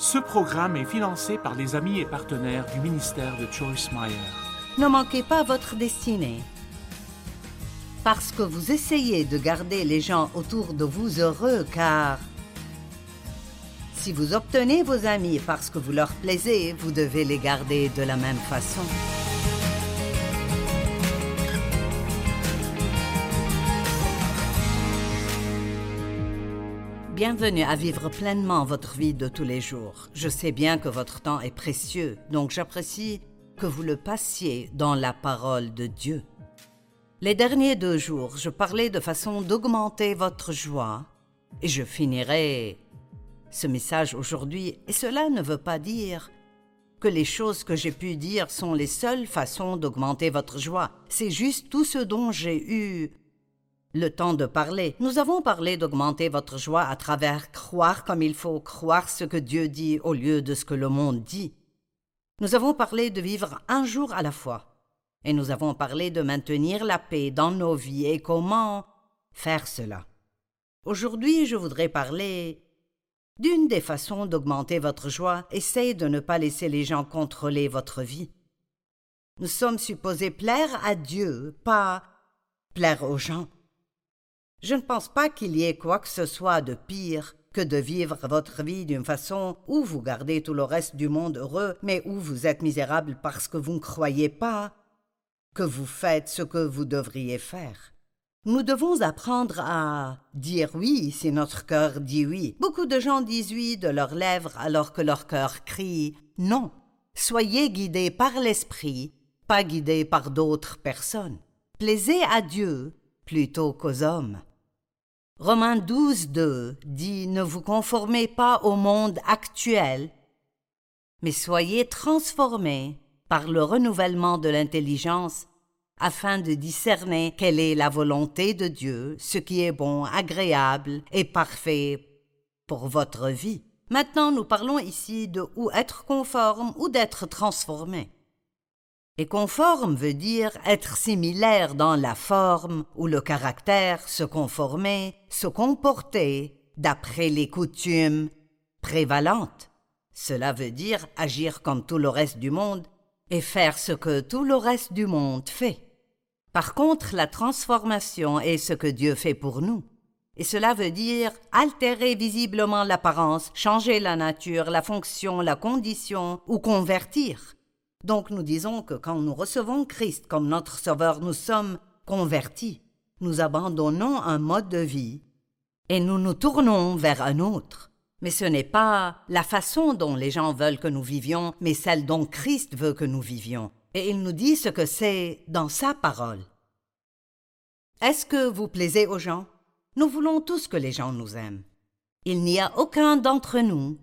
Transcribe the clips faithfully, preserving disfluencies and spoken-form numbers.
Ce programme est financé par les amis et partenaires du ministère de Joyce Meyer. Ne manquez pas votre destinée. Parce que vous essayez de garder les gens autour de vous heureux, car si vous obtenez vos amis parce que vous leur plaisez, vous devez les garder de la même façon. Bienvenue à vivre pleinement votre vie de tous les jours. Je sais bien que votre temps est précieux, donc j'apprécie que vous le passiez dans la parole de Dieu. Les derniers deux jours, je parlais de façon d'augmenter votre joie et je finirai ce message aujourd'hui. Et cela ne veut pas dire que les choses que j'ai pu dire sont les seules façons d'augmenter votre joie. C'est juste tout ce dont j'ai eu le temps de parler. Nous avons parlé d'augmenter votre joie à travers croire comme il faut, croire ce que Dieu dit au lieu de ce que le monde dit. Nous avons parlé de vivre un jour à la fois. Et nous avons parlé de maintenir la paix dans nos vies et comment faire cela. Aujourd'hui, je voudrais parler d'une des façons d'augmenter votre joie. Essayez de ne pas laisser les gens contrôler votre vie. Nous sommes supposés plaire à Dieu, pas plaire aux gens. Je ne pense pas qu'il y ait quoi que ce soit de pire que de vivre votre vie d'une façon où vous gardez tout le reste du monde heureux, mais où vous êtes misérable parce que vous ne croyez pas que vous faites ce que vous devriez faire. Nous devons apprendre à dire oui si notre cœur dit oui. Beaucoup de gens disent oui de leurs lèvres alors que leur cœur crie non. Soyez guidés par l'esprit, pas guidés par d'autres personnes. Plaisez à Dieu plutôt qu'aux hommes. Romains douze, deux dit « Ne vous conformez pas au monde actuel, mais soyez transformés par le renouvellement de l'intelligence afin de discerner quelle est la volonté de Dieu, ce qui est bon, agréable et parfait pour votre vie. » Maintenant, nous parlons ici de ou être conforme ou d'être transformé. Et conforme veut dire être similaire dans la forme ou le caractère, se conformer, se comporter d'après les coutumes prévalentes. Cela veut dire agir comme tout le reste du monde et faire ce que tout le reste du monde fait. Par contre, la transformation est ce que Dieu fait pour nous. Et cela veut dire altérer visiblement l'apparence, changer la nature, la fonction, la condition ou convertir. Donc nous disons que quand nous recevons Christ comme notre Sauveur, nous sommes convertis. Nous abandonnons un mode de vie et nous nous tournons vers un autre. Mais ce n'est pas la façon dont les gens veulent que nous vivions, mais celle dont Christ veut que nous vivions. Et il nous dit ce que c'est dans sa parole. Est-ce que vous plaisez aux gens? Nous voulons tous que les gens nous aiment. Il n'y a aucun d'entre nous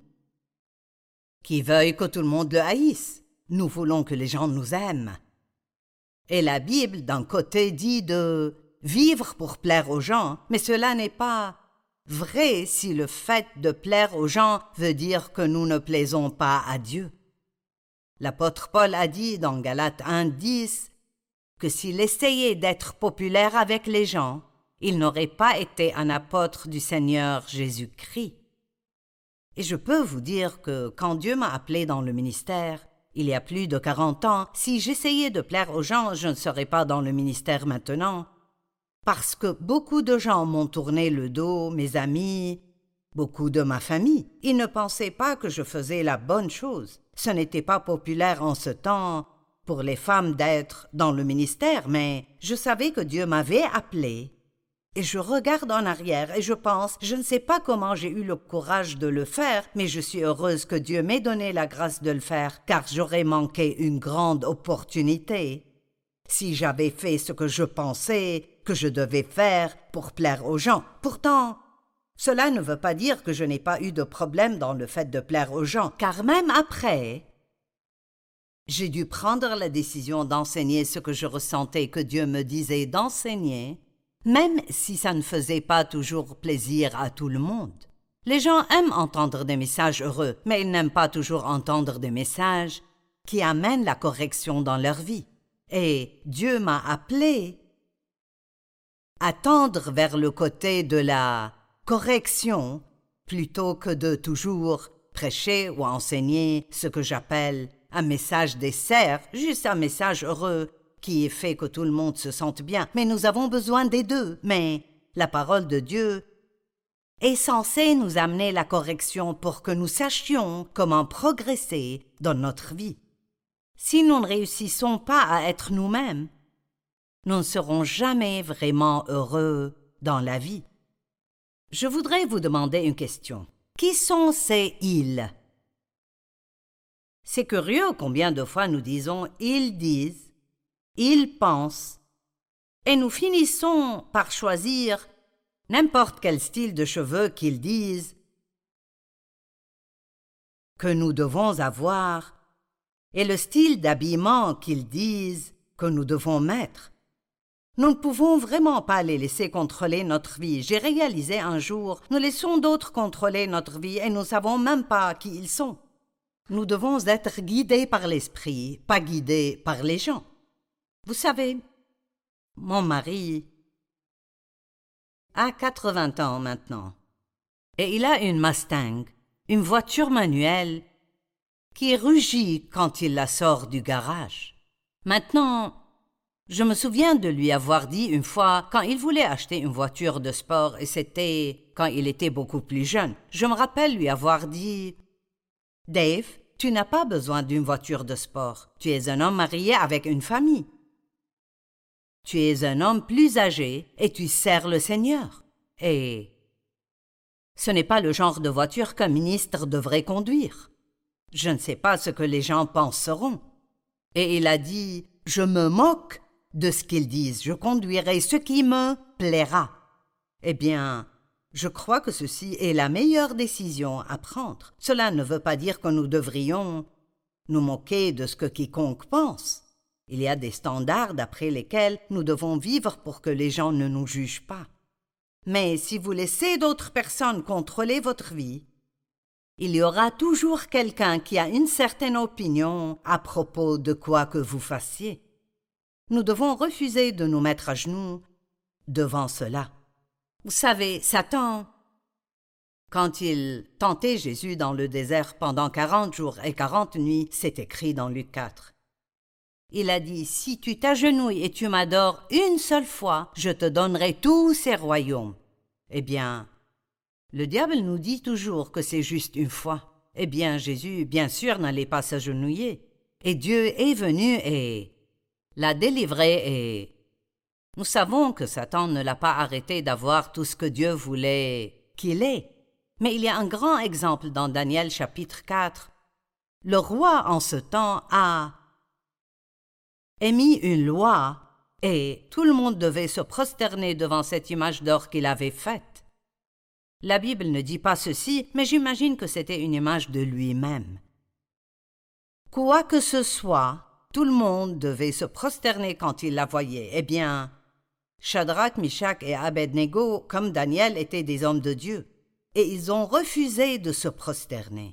qui veuille que tout le monde le haïsse. Nous voulons que les gens nous aiment. Et la Bible, d'un côté, dit de vivre pour plaire aux gens, mais cela n'est pas vrai si le fait de plaire aux gens veut dire que nous ne plaisons pas à Dieu. L'apôtre Paul a dit dans Galates un, dix que s'il essayait d'être populaire avec les gens, il n'aurait pas été un apôtre du Seigneur Jésus-Christ. Et je peux vous dire que quand Dieu m'a appelé dans le ministère, il y a plus de quarante ans, si j'essayais de plaire aux gens, je ne serais pas dans le ministère maintenant. Parce que beaucoup de gens m'ont tourné le dos, mes amis, beaucoup de ma famille. Ils ne pensaient pas que je faisais la bonne chose. Ce n'était pas populaire en ce temps pour les femmes d'être dans le ministère, mais je savais que Dieu m'avait appelé. Et je regarde en arrière et je pense, je ne sais pas comment j'ai eu le courage de le faire, mais je suis heureuse que Dieu m'ait donné la grâce de le faire, car j'aurais manqué une grande opportunité si j'avais fait ce que je pensais que je devais faire pour plaire aux gens. Pourtant, cela ne veut pas dire que je n'ai pas eu de problème dans le fait de plaire aux gens, car même après, j'ai dû prendre la décision d'enseigner ce que je ressentais que Dieu me disait d'enseigner, même si ça ne faisait pas toujours plaisir à tout le monde. Les gens aiment entendre des messages heureux, mais ils n'aiment pas toujours entendre des messages qui amènent la correction dans leur vie. Et Dieu m'a appelé à tendre vers le côté de la correction plutôt que de toujours prêcher ou enseigner ce que j'appelle un message dessert, juste un message heureux qui fait que tout le monde se sente bien. Mais nous avons besoin des deux. Mais la parole de Dieu est censée nous amener la correction pour que nous sachions comment progresser dans notre vie. Si nous ne réussissons pas à être nous-mêmes, nous ne serons jamais vraiment heureux dans la vie. Je voudrais vous demander une question. Qui sont ces « ils » ? C'est curieux combien de fois nous disons « ils disent »,« ils pensent », et nous finissons par choisir n'importe quel style de cheveux qu'ils disent que nous devons avoir et le style d'habillement qu'ils disent que nous devons mettre. Nous ne pouvons vraiment pas les laisser contrôler notre vie. J'ai réalisé un jour, nous laissons d'autres contrôler notre vie et nous ne savons même pas qui ils sont. Nous devons être guidés par l'esprit, pas guidés par les gens. Vous savez, mon mari a quatre-vingts ans maintenant et il a une Mustang, une voiture manuelle qui rugit quand il la sort du garage. Maintenant, je me souviens de lui avoir dit une fois, quand il voulait acheter une voiture de sport, et c'était quand il était beaucoup plus jeune, je me rappelle lui avoir dit « Dave, tu n'as pas besoin d'une voiture de sport. Tu es un homme marié avec une famille. Tu es un homme plus âgé et tu sers le Seigneur. Et ce n'est pas le genre de voiture qu'un ministre devrait conduire. Je ne sais pas ce que les gens penseront. » Et il a dit « Je me moque de ce qu'ils disent, je conduirai ce qui me plaira. » Eh bien, je crois que ceci est la meilleure décision à prendre. Cela ne veut pas dire que nous devrions nous moquer de ce que quiconque pense. Il y a des standards d'après lesquels nous devons vivre pour que les gens ne nous jugent pas. Mais si vous laissez d'autres personnes contrôler votre vie, il y aura toujours quelqu'un qui a une certaine opinion à propos de quoi que vous fassiez. Nous devons refuser de nous mettre à genoux devant cela. Vous savez, Satan, quand il tentait Jésus dans le désert pendant quarante jours et quarante nuits, c'est écrit dans Luc quatre. Il a dit « Si tu t'agenouilles et tu m'adores une seule fois, je te donnerai tous ces royaumes. » Eh bien, le diable nous dit toujours que c'est juste une fois. Eh bien, Jésus, bien sûr, n'allait pas s'agenouiller. Et Dieu est venu et l'a délivré et nous savons que Satan ne l'a pas arrêté d'avoir tout ce que Dieu voulait qu'il ait. Mais il y a un grand exemple dans Daniel chapitre quatre. Le roi en ce temps a émis une loi et tout le monde devait se prosterner devant cette image d'or qu'il avait faite. La Bible ne dit pas ceci, mais j'imagine que c'était une image de lui-même. Quoi que ce soit, tout le monde devait se prosterner quand il la voyait. Eh bien, Shadrach, Mishak et Abednego, comme Daniel, étaient des hommes de Dieu, et ils ont refusé de se prosterner.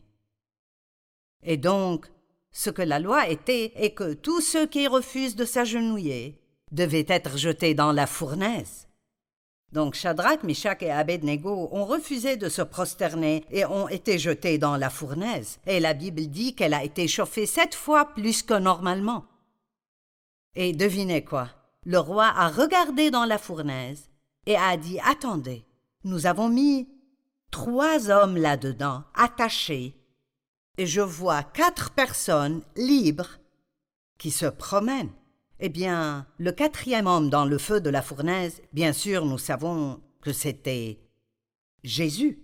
Et donc, ce que la loi était est que tous ceux qui refusent de s'agenouiller devaient être jetés dans la fournaise. Donc Shadrach, Mishak et Abednego ont refusé de se prosterner et ont été jetés dans la fournaise. Et la Bible dit qu'elle a été chauffée sept fois plus que normalement. Et devinez quoi? Le roi a regardé dans la fournaise et a dit « Attendez, nous avons mis trois hommes là-dedans, attachés, et je vois quatre personnes libres qui se promènent. » Eh bien, le quatrième homme dans le feu de la fournaise, bien sûr, nous savons que c'était Jésus.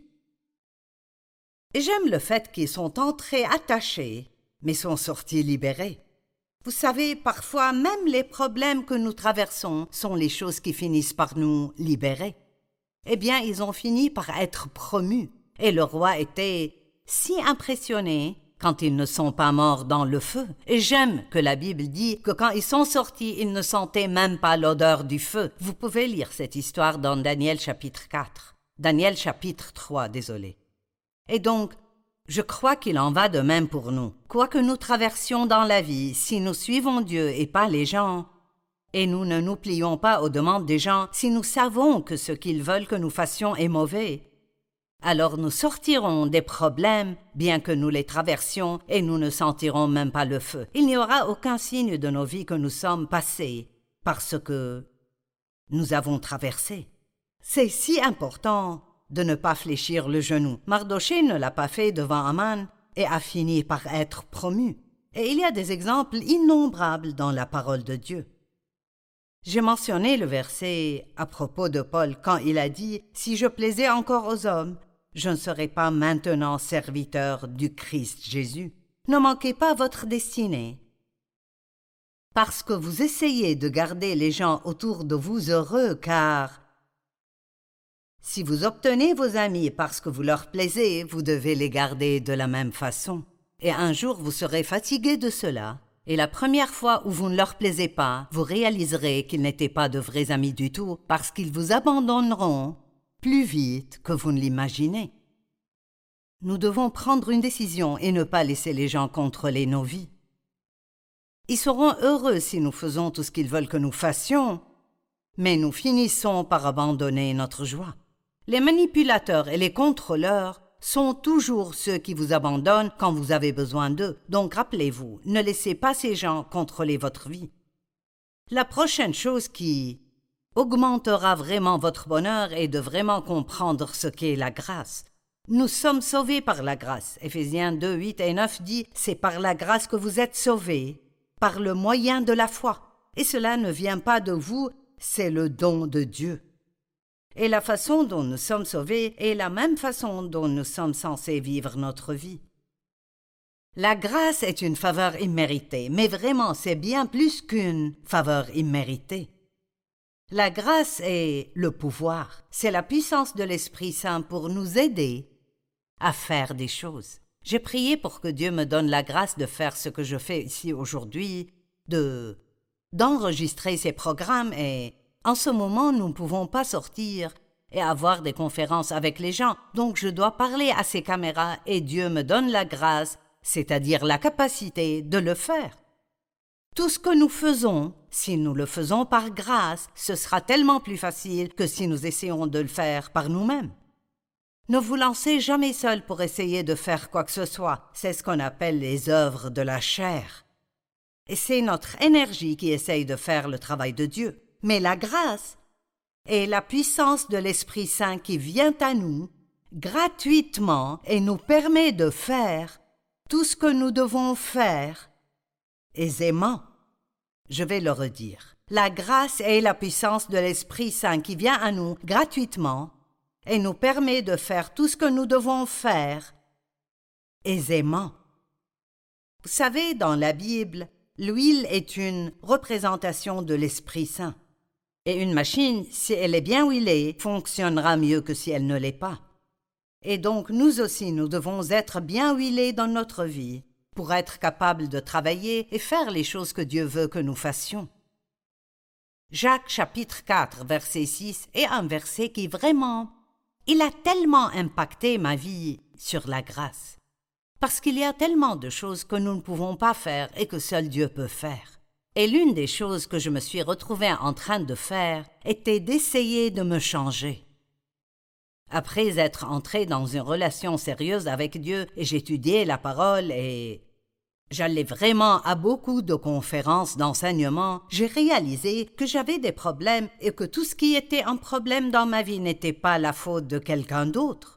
Et j'aime le fait qu'ils sont entrés attachés, mais sont sortis libérés. Vous savez, parfois, même les problèmes que nous traversons sont les choses qui finissent par nous libérer. Eh bien, ils ont fini par être promus. Et le roi était si impressionné quand ils ne sont pas morts dans le feu. Et j'aime que la Bible dit que quand ils sont sortis, ils ne sentaient même pas l'odeur du feu. Vous pouvez lire cette histoire dans Daniel chapitre quatre. Daniel chapitre trois, désolé. Et donc, je crois qu'il en va de même pour nous. Quoi que nous traversions dans la vie, si nous suivons Dieu et pas les gens, et nous ne nous plions pas aux demandes des gens, si nous savons que ce qu'ils veulent que nous fassions est mauvais, Alors nous sortirons des problèmes, bien que nous les traversions, et nous ne sentirons même pas le feu. Il n'y aura aucun signe de nos vies que nous sommes passés, parce que nous avons traversé. C'est si important de ne pas fléchir le genou. Mardochée ne l'a pas fait devant Aman et a fini par être promu. Et il y a des exemples innombrables dans la parole de Dieu. J'ai mentionné le verset à propos de Paul quand il a dit « Si je plaisais encore aux hommes, je ne serais pas maintenant serviteur du Christ Jésus. » Ne manquez pas votre destinée. Parce que vous essayez de garder les gens autour de vous heureux, car si vous obtenez vos amis parce que vous leur plaisez, vous devez les garder de la même façon. Et un jour, vous serez fatigué de cela. Et la première fois où vous ne leur plaisez pas, vous réaliserez qu'ils n'étaient pas de vrais amis du tout parce qu'ils vous abandonneront plus vite que vous ne l'imaginez. Nous devons prendre une décision et ne pas laisser les gens contrôler nos vies. Ils seront heureux si nous faisons tout ce qu'ils veulent que nous fassions, mais nous finissons par abandonner notre joie. Les manipulateurs et les contrôleurs sont toujours ceux qui vous abandonnent quand vous avez besoin d'eux. Donc rappelez-vous, ne laissez pas ces gens contrôler votre vie. La prochaine chose qui augmentera vraiment votre bonheur est de vraiment comprendre ce qu'est la grâce. Nous sommes sauvés par la grâce. Éphésiens deux, huit et neuf dit « C'est par la grâce que vous êtes sauvés, par le moyen de la foi. Et cela ne vient pas de vous, c'est le don de Dieu. » Et la façon dont nous sommes sauvés est la même façon dont nous sommes censés vivre notre vie. La grâce est une faveur imméritée, mais vraiment c'est bien plus qu'une faveur imméritée. La grâce est le pouvoir, c'est la puissance de l'Esprit Saint pour nous aider à faire des choses. J'ai prié pour que Dieu me donne la grâce de faire ce que je fais ici aujourd'hui, de d'enregistrer ces programmes et en ce moment, nous ne pouvons pas sortir et avoir des conférences avec les gens, donc je dois parler à ces caméras et Dieu me donne la grâce, c'est-à-dire la capacité de le faire. Tout ce que nous faisons, si nous le faisons par grâce, ce sera tellement plus facile que si nous essayons de le faire par nous-mêmes. Ne vous lancez jamais seul pour essayer de faire quoi que ce soit, c'est ce qu'on appelle les œuvres de la chair. Et c'est notre énergie qui essaye de faire le travail de Dieu. Mais la grâce est la puissance de l'Esprit Saint qui vient à nous gratuitement et nous permet de faire tout ce que nous devons faire aisément. Je vais le redire. La grâce est la puissance de l'Esprit Saint qui vient à nous gratuitement et nous permet de faire tout ce que nous devons faire aisément. Vous savez, dans la Bible, l'huile est une représentation de l'Esprit Saint. Et une machine, si elle est bien huilée, fonctionnera mieux que si elle ne l'est pas. Et donc nous aussi, nous devons être bien huilés dans notre vie pour être capables de travailler et faire les choses que Dieu veut que nous fassions. Jacques chapitre quatre, verset six est un verset qui vraiment, il a tellement impacté ma vie sur la grâce. Parce qu'il y a tellement de choses que nous ne pouvons pas faire et que seul Dieu peut faire. Et l'une des choses que je me suis retrouvée en train de faire était d'essayer de me changer. Après être entrée dans une relation sérieuse avec Dieu, et j'étudiais la parole et j'allais vraiment à beaucoup de conférences d'enseignement, j'ai réalisé que j'avais des problèmes et que tout ce qui était un problème dans ma vie n'était pas la faute de quelqu'un d'autre.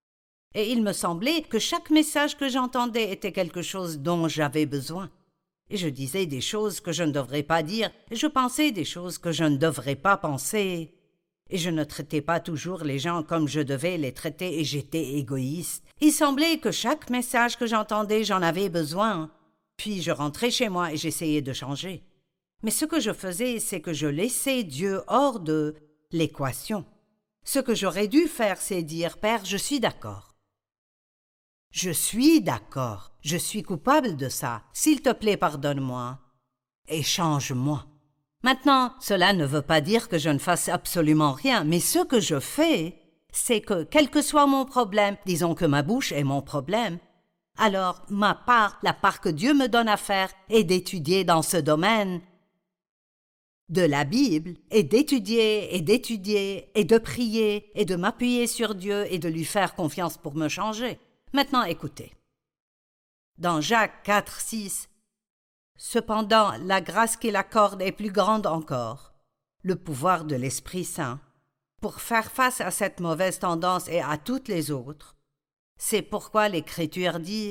Et il me semblait que chaque message que j'entendais était quelque chose dont j'avais besoin. Et je disais des choses que je ne devrais pas dire, et je pensais des choses que je ne devrais pas penser. Et je ne traitais pas toujours les gens comme je devais les traiter, et j'étais égoïste. Il semblait que chaque message que j'entendais, j'en avais besoin. Puis je rentrais chez moi et j'essayais de changer. Mais ce que je faisais, c'est que je laissais Dieu hors de l'équation. Ce que j'aurais dû faire, c'est dire « Père, je suis d'accord. Je suis d'accord. Je suis coupable de ça. S'il te plaît, pardonne-moi. Et change-moi. » Maintenant, cela ne veut pas dire que je ne fasse absolument rien, mais ce que je fais, c'est que, quel que soit mon problème, disons que ma bouche est mon problème, alors ma part, la part que Dieu me donne à faire, est d'étudier dans ce domaine de la Bible et d'étudier et d'étudier et de prier et de m'appuyer sur Dieu et de lui faire confiance pour me changer. Maintenant, écoutez. Dans Jacques quatre, six, « Cependant, la grâce qu'il accorde est plus grande encore, le pouvoir de l'Esprit Saint, pour faire face à cette mauvaise tendance et à toutes les autres. C'est pourquoi l'Écriture dit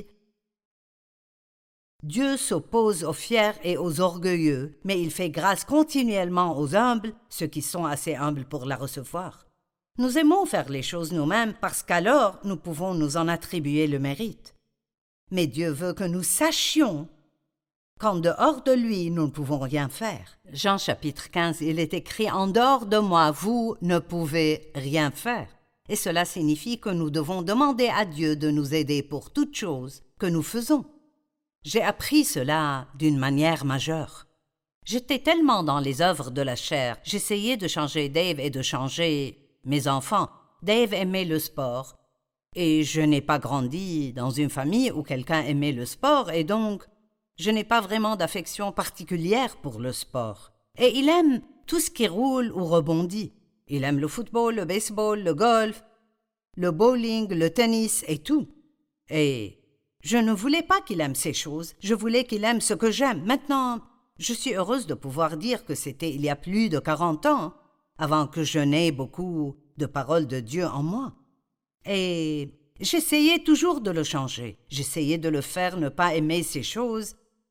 « Dieu s'oppose aux fiers et aux orgueilleux, mais il fait grâce continuellement aux humbles, ceux qui sont assez humbles pour la recevoir. » Nous aimons faire les choses nous-mêmes parce qu'alors nous pouvons nous en attribuer le mérite. Mais Dieu veut que nous sachions qu'en dehors de lui, nous ne pouvons rien faire. Jean chapitre quinze, il est écrit « En dehors de moi, vous ne pouvez rien faire ». Et cela signifie que nous devons demander à Dieu de nous aider pour toute chose que nous faisons. J'ai appris cela d'une manière majeure. J'étais tellement dans les œuvres de la chair, j'essayais de changer Dave et de changer mes enfants. Dave aimait le sport, et je n'ai pas grandi dans une famille où quelqu'un aimait le sport, et donc je n'ai pas vraiment d'affection particulière pour le sport. Et il aime tout ce qui roule ou rebondit. Il aime le football, le baseball, le golf, le bowling, le tennis et tout. Et je ne voulais pas qu'il aime ces choses, je voulais qu'il aime ce que j'aime. Maintenant, je suis heureuse de pouvoir dire que c'était il y a plus de quarante ans, avant que je n'aie beaucoup de paroles de Dieu en moi. Et j'essayais toujours de le changer, j'essayais de le faire ne pas aimer ces choses,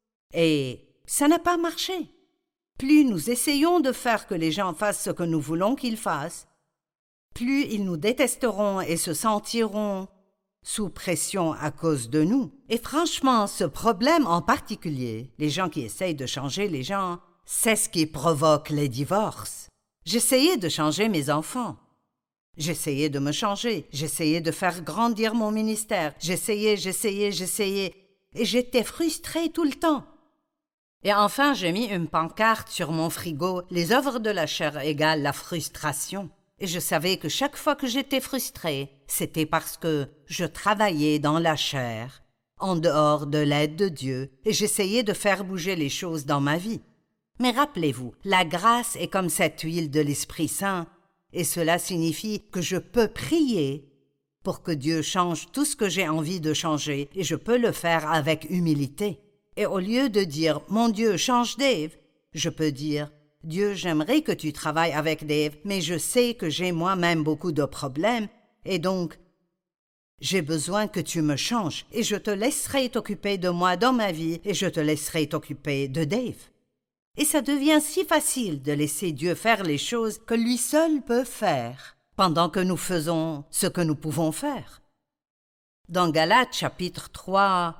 et ça n'a pas marché. Plus nous essayons de faire que les gens fassent ce que nous voulons qu'ils fassent, plus ils nous détesteront et se sentiront sous pression à cause de nous. Et franchement, ce problème en particulier, les gens qui essayent de changer les gens, c'est ce qui provoque les divorces. J'essayais de changer mes enfants. J'essayais de me changer. J'essayais de faire grandir mon ministère. J'essayais, j'essayais, j'essayais. Et j'étais frustrée tout le temps. Et enfin, j'ai mis une pancarte sur mon frigo. Les œuvres de la chair égale la frustration. Et je savais que chaque fois que j'étais frustrée, c'était parce que je travaillais dans la chair, en dehors de l'aide de Dieu, et j'essayais de faire bouger les choses dans ma vie. Mais rappelez-vous, la grâce est comme cette huile de l'Esprit Saint, et cela signifie que je peux prier pour que Dieu change tout ce que j'ai envie de changer, et je peux le faire avec humilité. Et au lieu de dire « Mon Dieu, change Dave », je peux dire « Dieu, j'aimerais que tu travailles avec Dave, mais je sais que j'ai moi-même beaucoup de problèmes, et donc j'ai besoin que tu me changes, et je te laisserai t'occuper de moi dans ma vie, et je te laisserai t'occuper de Dave. » Et ça devient si facile de laisser Dieu faire les choses que lui seul peut faire, pendant que nous faisons ce que nous pouvons faire. Dans Galates chapitre trois,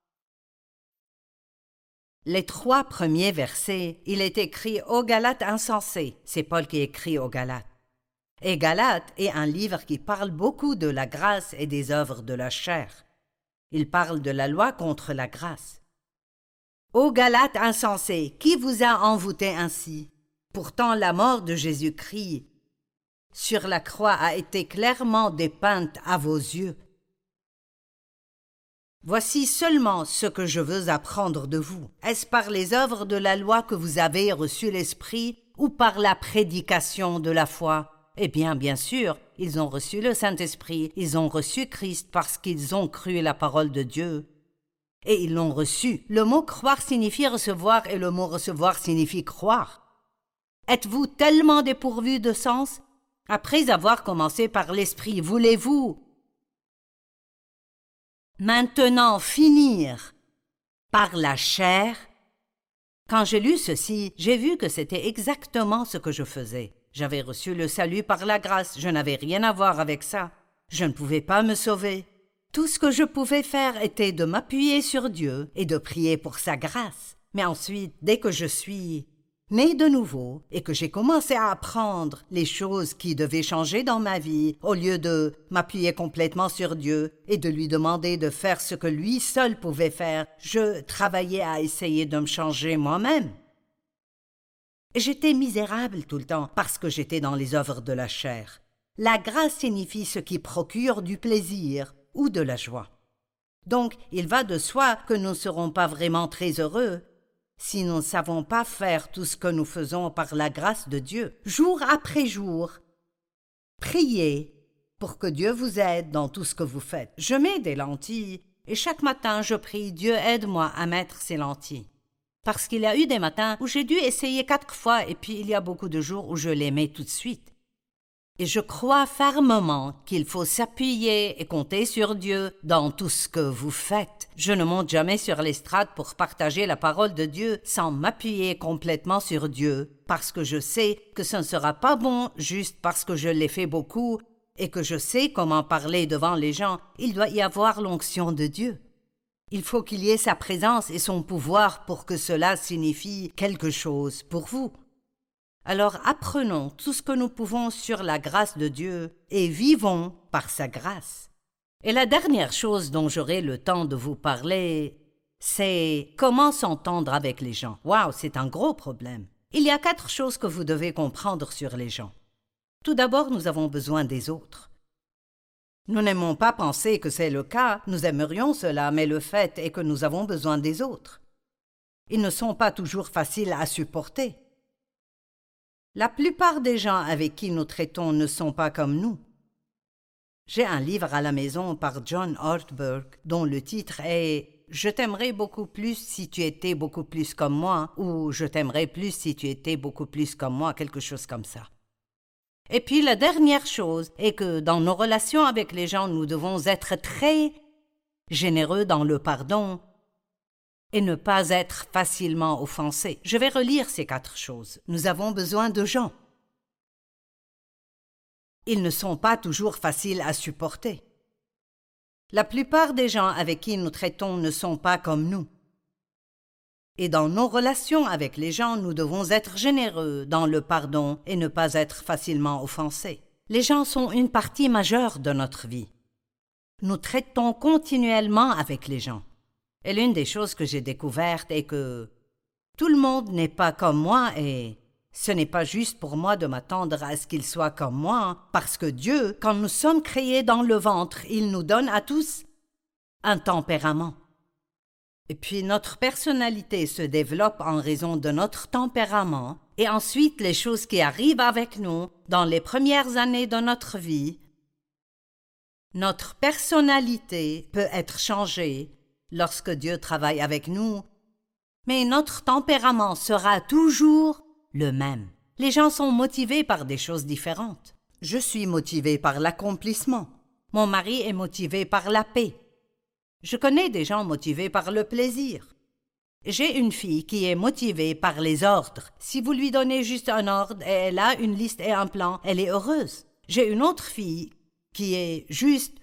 les trois premiers versets, il est écrit « Ô Galates insensés », c'est Paul qui écrit aux Galates. Et Galates est un livre qui parle beaucoup de la grâce et des œuvres de la chair. Il parle de la loi contre la grâce. « Ô Galates insensés, qui vous a envoûté ainsi? Pourtant la mort de Jésus-Christ sur la croix a été clairement dépeinte à vos yeux. Voici seulement ce que je veux apprendre de vous. Est-ce par les œuvres de la loi que vous avez reçu l'Esprit ou par la prédication de la foi? Eh bien, bien sûr, ils ont reçu le Saint-Esprit, ils ont reçu Christ parce qu'ils ont cru la parole de Dieu. Et ils l'ont reçu. Le mot « croire » signifie recevoir et le mot « recevoir » signifie croire. Êtes-vous tellement dépourvu de sens? Après avoir commencé par l'Esprit, voulez-vous maintenant finir par la chair? Quand j'ai lu ceci, j'ai vu que c'était exactement ce que je faisais. J'avais reçu le salut par la grâce, je n'avais rien à voir avec ça. Je ne pouvais pas me sauver. Tout ce que je pouvais faire était de m'appuyer sur Dieu et de prier pour sa grâce. Mais ensuite, dès que je suis née de nouveau et que j'ai commencé à apprendre les choses qui devaient changer dans ma vie, au lieu de m'appuyer complètement sur Dieu et de lui demander de faire ce que lui seul pouvait faire, je travaillais à essayer de me changer moi-même. J'étais misérable tout le temps parce que j'étais dans les œuvres de la chair. La grâce signifie ce qui procure du plaisir ou de la joie. Donc, il va de soi que nous ne serons pas vraiment très heureux si nous ne savons pas faire tout ce que nous faisons par la grâce de Dieu, jour après jour. Priez pour que Dieu vous aide dans tout ce que vous faites. Je mets des lentilles et chaque matin je prie, Dieu aide-moi à mettre ces lentilles. Parce qu'il y a eu des matins où j'ai dû essayer quatre fois et puis il y a beaucoup de jours où je les mets tout de suite. Et je crois fermement qu'il faut s'appuyer et compter sur Dieu dans tout ce que vous faites. Je ne monte jamais sur l'estrade pour partager la parole de Dieu sans m'appuyer complètement sur Dieu, parce que je sais que ce ne sera pas bon juste parce que je l'ai fait beaucoup et que je sais comment parler devant les gens. Il doit y avoir l'onction de Dieu. Il faut qu'il y ait sa présence et son pouvoir pour que cela signifie quelque chose pour vous. Alors apprenons tout ce que nous pouvons sur la grâce de Dieu et vivons par sa grâce. Et la dernière chose dont j'aurai le temps de vous parler, c'est comment s'entendre avec les gens. Waouh, c'est un gros problème. Il y a quatre choses que vous devez comprendre sur les gens. Tout d'abord, nous avons besoin des autres. Nous n'aimons pas penser que c'est le cas, nous aimerions cela, mais le fait est que nous avons besoin des autres. Ils ne sont pas toujours faciles à supporter. La plupart des gens avec qui nous traitons ne sont pas comme nous. J'ai un livre à la maison par John Ortberg dont le titre est « Je t'aimerais beaucoup plus si tu étais beaucoup plus comme moi » ou « Je t'aimerais plus si tu étais beaucoup plus comme moi », quelque chose comme ça. Et puis la dernière chose est que dans nos relations avec les gens, nous devons être très généreux dans le pardon et ne pas être facilement offensés. Je vais relire ces quatre choses. Nous avons besoin de gens. Ils ne sont pas toujours faciles à supporter. La plupart des gens avec qui nous traitons ne sont pas comme nous. Et dans nos relations avec les gens, nous devons être généreux dans le pardon et ne pas être facilement offensés. Les gens sont une partie majeure de notre vie. Nous traitons continuellement avec les gens. Et l'une des choses que j'ai découvertes est que tout le monde n'est pas comme moi et ce n'est pas juste pour moi de m'attendre à ce qu'il soit comme moi, parce que Dieu, quand nous sommes créés dans le ventre, il nous donne à tous un tempérament. Et puis notre personnalité se développe en raison de notre tempérament, et ensuite les choses qui arrivent avec nous dans les premières années de notre vie, notre personnalité peut être changée lorsque Dieu travaille avec nous, mais notre tempérament sera toujours le même. Les gens sont motivés par des choses différentes. Je suis motivé par l'accomplissement. Mon mari est motivé par la paix. Je connais des gens motivés par le plaisir. J'ai une fille qui est motivée par les ordres. Si vous lui donnez juste un ordre et elle a une liste et un plan, elle est heureuse. J'ai une autre fille qui est juste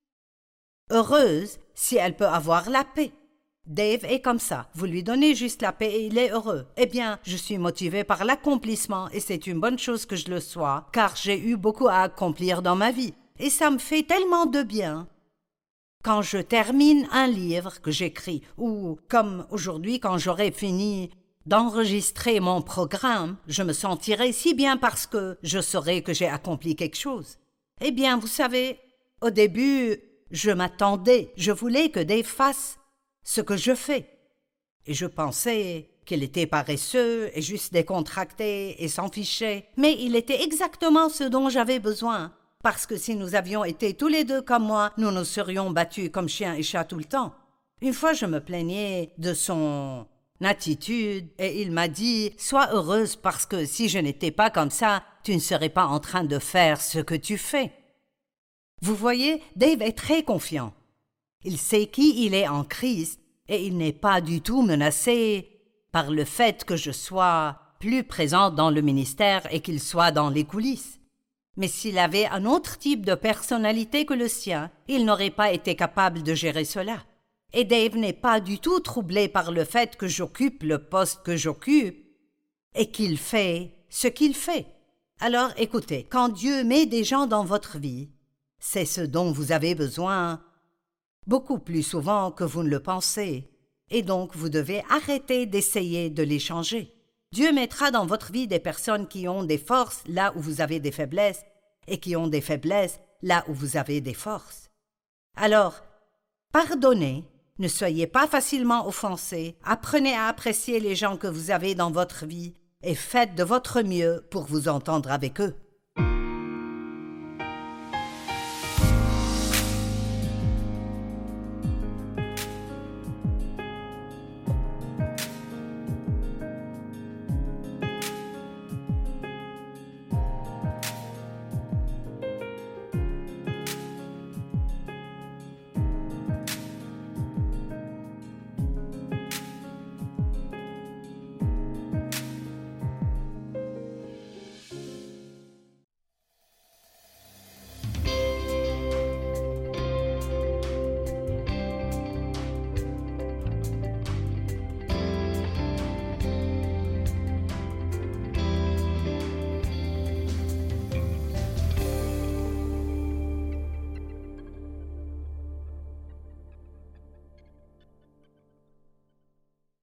heureuse si elle peut avoir la paix. Dave est comme ça. Vous lui donnez juste la paix et il est heureux. Eh bien, je suis motivée par l'accomplissement et c'est une bonne chose que je le sois, car j'ai eu beaucoup à accomplir dans ma vie. Et ça me fait tellement de bien. Quand je termine un livre que j'écris, ou comme aujourd'hui quand j'aurai fini d'enregistrer mon programme, je me sentirai si bien parce que je saurai que j'ai accompli quelque chose. Eh bien, vous savez, au début, je m'attendais, je voulais que Dave fasse ce que je fais. Et je pensais qu'il était paresseux et juste décontracté et s'en fichait. Mais il était exactement ce dont j'avais besoin. Parce que si nous avions été tous les deux comme moi, nous nous serions battus comme chien et chat tout le temps. Une fois, je me plaignais de son attitude et il m'a dit « Sois heureuse parce que si je n'étais pas comme ça, tu ne serais pas en train de faire ce que tu fais. » Vous voyez, Dave est très confiant. Il sait qui il est en Christ et il n'est pas du tout menacé par le fait que je sois plus présente dans le ministère et qu'il soit dans les coulisses. Mais s'il avait un autre type de personnalité que le sien, il n'aurait pas été capable de gérer cela. Et Dave n'est pas du tout troublé par le fait que j'occupe le poste que j'occupe et qu'il fait ce qu'il fait. Alors écoutez, quand Dieu met des gens dans votre vie, c'est ce dont vous avez besoin beaucoup plus souvent que vous ne le pensez, et donc vous devez arrêter d'essayer de les changer. Dieu mettra dans votre vie des personnes qui ont des forces là où vous avez des faiblesses et qui ont des faiblesses là où vous avez des forces. Alors, pardonnez, Ne soyez pas facilement offensés. Apprenez à apprécier les gens que vous avez dans votre vie et faites de votre mieux pour vous entendre avec eux.